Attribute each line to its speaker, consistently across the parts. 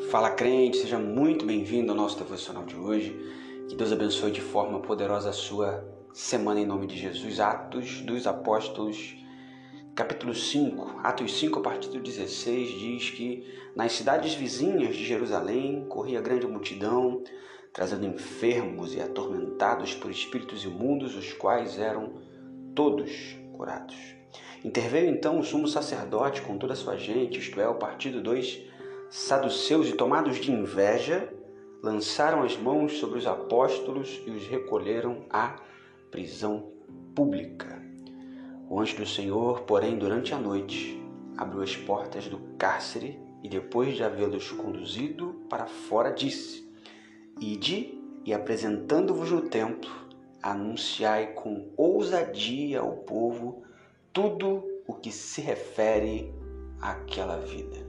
Speaker 1: Fala crente, seja muito bem-vindo ao nosso devocional de hoje. Que Deus abençoe de forma poderosa a sua semana em nome de Jesus. Atos dos Apóstolos, capítulo 5, Atos 5 a partir do 16, diz que nas cidades vizinhas de Jerusalém corria grande multidão, trazendo enfermos e atormentados por espíritos imundos, os quais eram todos curados. Interveio então o sumo sacerdote com toda a sua gente, isto é, o partido dos saduceus, e tomados de inveja, lançaram as mãos sobre os apóstolos e os recolheram à prisão pública. O anjo do Senhor, porém, durante a noite, abriu as portas do cárcere e, depois de havê-los conduzido para fora, disse: Ide e, apresentando-vos no templo, anunciai com ousadia ao povo tudo o que se refere àquela vida.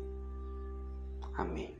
Speaker 1: Amém.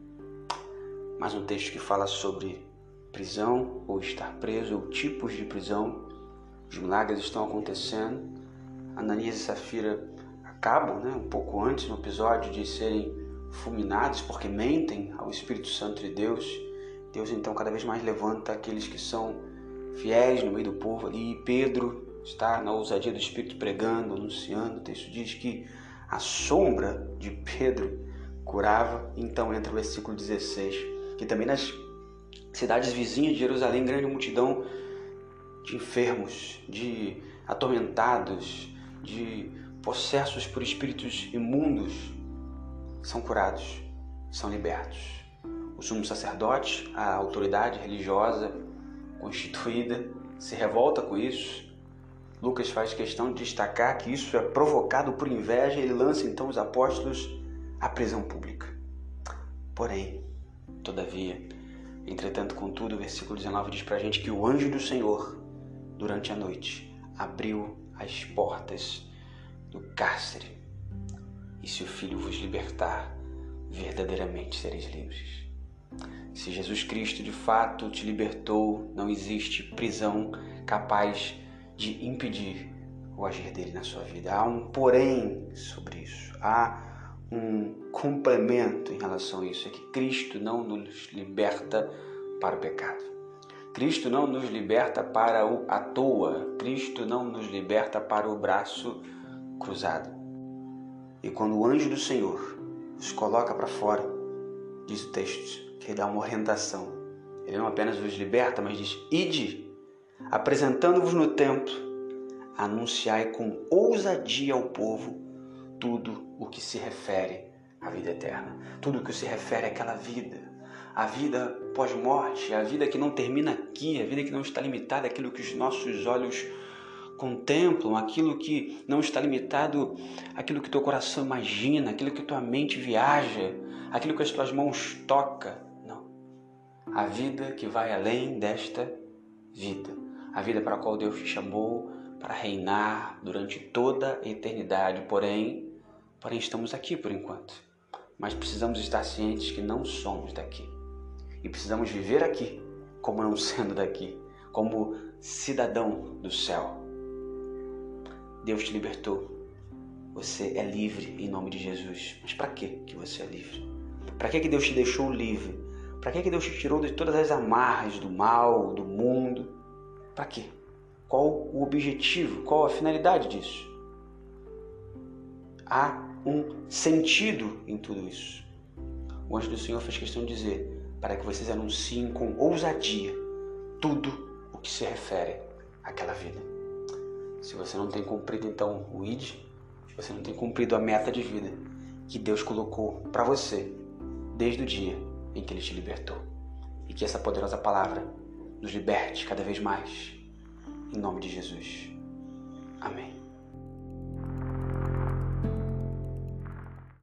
Speaker 1: Mais um texto que fala sobre prisão, ou estar preso, ou tipos de prisão. Os milagres estão acontecendo. Ananias e Safira acabam, um pouco antes no episódio, de serem fulminados porque mentem ao Espírito Santo de Deus. Deus então cada vez mais levanta aqueles que são fiéis no meio do povo ali. Pedro está na ousadia do Espírito pregando, anunciando. O texto diz que a sombra de Pedro curava. Então entra o versículo 16, que também nas cidades vizinhas de Jerusalém, grande multidão de enfermos, de atormentados, de possessos por espíritos imundos são curados, são libertos. O sumo sacerdote, a autoridade religiosa constituída, se revolta com isso. Lucas faz questão de destacar que isso é provocado por inveja. Ele lança então os apóstolos à prisão pública. Porém, todavia, entretanto, contudo, o versículo 19 diz pra gente que o anjo do Senhor, durante a noite, abriu as portas do cárcere. E se o Filho vos libertar, verdadeiramente sereis livres. Se Jesus Cristo de fato te libertou, não existe prisão capaz de impedir o agir dele na sua vida. Há um porém sobre isso. Há um complemento em relação a isso. É que Cristo não nos liberta para o pecado. Cristo não nos liberta para o à toa. Cristo não nos liberta para o braço cruzado. E quando o anjo do Senhor os coloca para fora, diz o texto, que ele dá uma orientação. Ele não apenas os liberta, mas diz: Ide, apresentando-vos no templo, anunciai com ousadia ao povo tudo o que se refere à vida eterna, tudo o que se refere àquela vida, a vida pós-morte, a vida que não termina aqui, a vida que não está limitada àquilo que os nossos olhos contemplam, aquilo que não está limitado àquilo que teu coração imagina, aquilo que tua mente viaja, aquilo que as tuas mãos tocam. Não. A vida que vai além desta vida, a vida para a qual Deus te chamou para reinar durante toda a eternidade. Porém, estamos aqui por enquanto. Mas precisamos estar cientes que não somos daqui. E precisamos viver aqui como não sendo daqui, como cidadão do céu. Deus te libertou. Você é livre em nome de Jesus. Mas para que você é livre? Para que Deus te deixou livre? Para que Deus te tirou de todas as amarras do mal, do mundo? Para quê? Qual o objetivo? Qual a finalidade disso? Há um sentido em tudo isso. O anjo do Senhor fez questão de dizer para que vocês anunciem com ousadia tudo o que se refere àquela vida. Se você não tem cumprido então o ID, se você não tem cumprido a meta de vida que Deus colocou para você desde o dia em que Ele te libertou, e que essa poderosa palavra nos liberte cada vez mais, em nome de Jesus. Amém.